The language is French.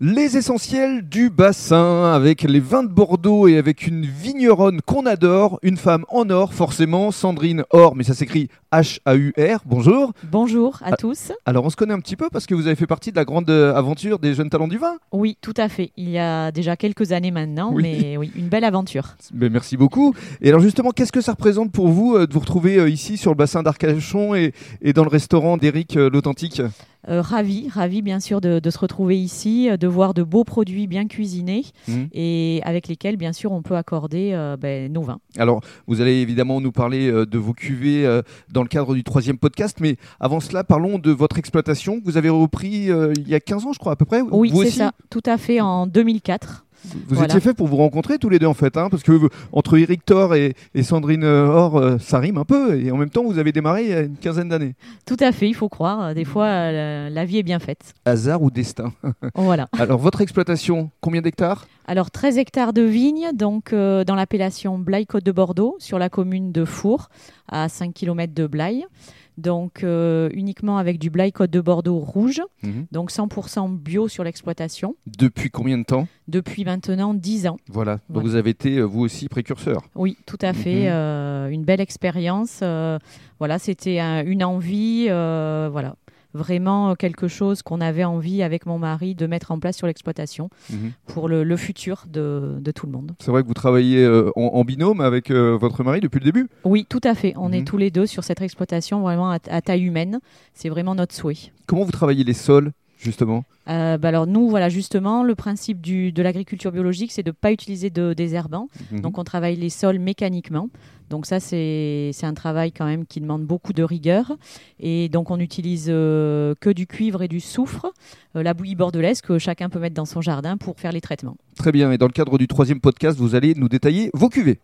Les essentiels du bassin, avec les vins de Bordeaux et avec une vigneronne qu'on adore, une femme en or forcément, Sandrine Or, mais ça s'écrit H-A-U-R. Bonjour. Bonjour à tous. Alors on se connaît un petit peu parce que vous avez fait partie de la grande aventure des jeunes talents du vin. Oui, tout à fait. Il y a déjà quelques années maintenant, mais oui, une belle aventure. Mais merci beaucoup. Et alors justement, qu'est-ce que ça représente pour vous de vous retrouver ici sur le bassin d'Arcachon et dans le restaurant d'Éric l'Authentique ? Ravi bien sûr de se retrouver ici, de voir de beaux produits bien cuisinés et avec lesquels bien sûr on peut accorder nos vins. Alors vous allez évidemment nous parler de vos cuvées dans le cadre du 3e podcast, mais avant cela parlons de votre exploitation que vous avez repris il y a 15 ans je crois à peu près. Oui, vous c'est aussi ça, tout à fait, en 2004. Vous étiez fait pour vous rencontrer tous les deux en fait, parce que entre Éric Thor et Sandrine Or, ça rime un peu, et en même temps vous avez démarré il y a une quinzaine d'années. Tout à fait, il faut croire, des fois la vie est bien faite. Hasard ou destin. Voilà. Alors votre exploitation, combien d'hectares ? Alors 13 hectares de vignes, donc dans l'appellation Blaye-Côte de Bordeaux, sur la commune de Four, à 5 km de Blaye. Donc uniquement avec du Blaye-Côte de Bordeaux rouge, donc 100% bio sur l'exploitation. Depuis combien de temps ? Depuis maintenant 10 ans. Voilà, donc vous avez été vous aussi précurseur. Oui, tout à fait, une belle expérience. Voilà, c'était une envie, vraiment quelque chose qu'on avait envie avec mon mari de mettre en place sur l'exploitation pour le futur de tout le monde. C'est vrai que vous travaillez en binôme avec votre mari depuis le début ? Oui, tout à fait. On est tous les deux sur cette exploitation vraiment à taille humaine. C'est vraiment notre souhait. Comment vous travaillez les sols justement ? Alors nous, voilà, justement, le principe de l'agriculture biologique, c'est de ne pas utiliser de désherbants. Donc on travaille les sols mécaniquement. Donc ça, c'est un travail quand même qui demande beaucoup de rigueur. Et donc on n'utilise que du cuivre et du soufre, la bouillie bordelaise que chacun peut mettre dans son jardin pour faire les traitements. Très bien, et dans le cadre du 3e podcast, vous allez nous détailler vos cuvées.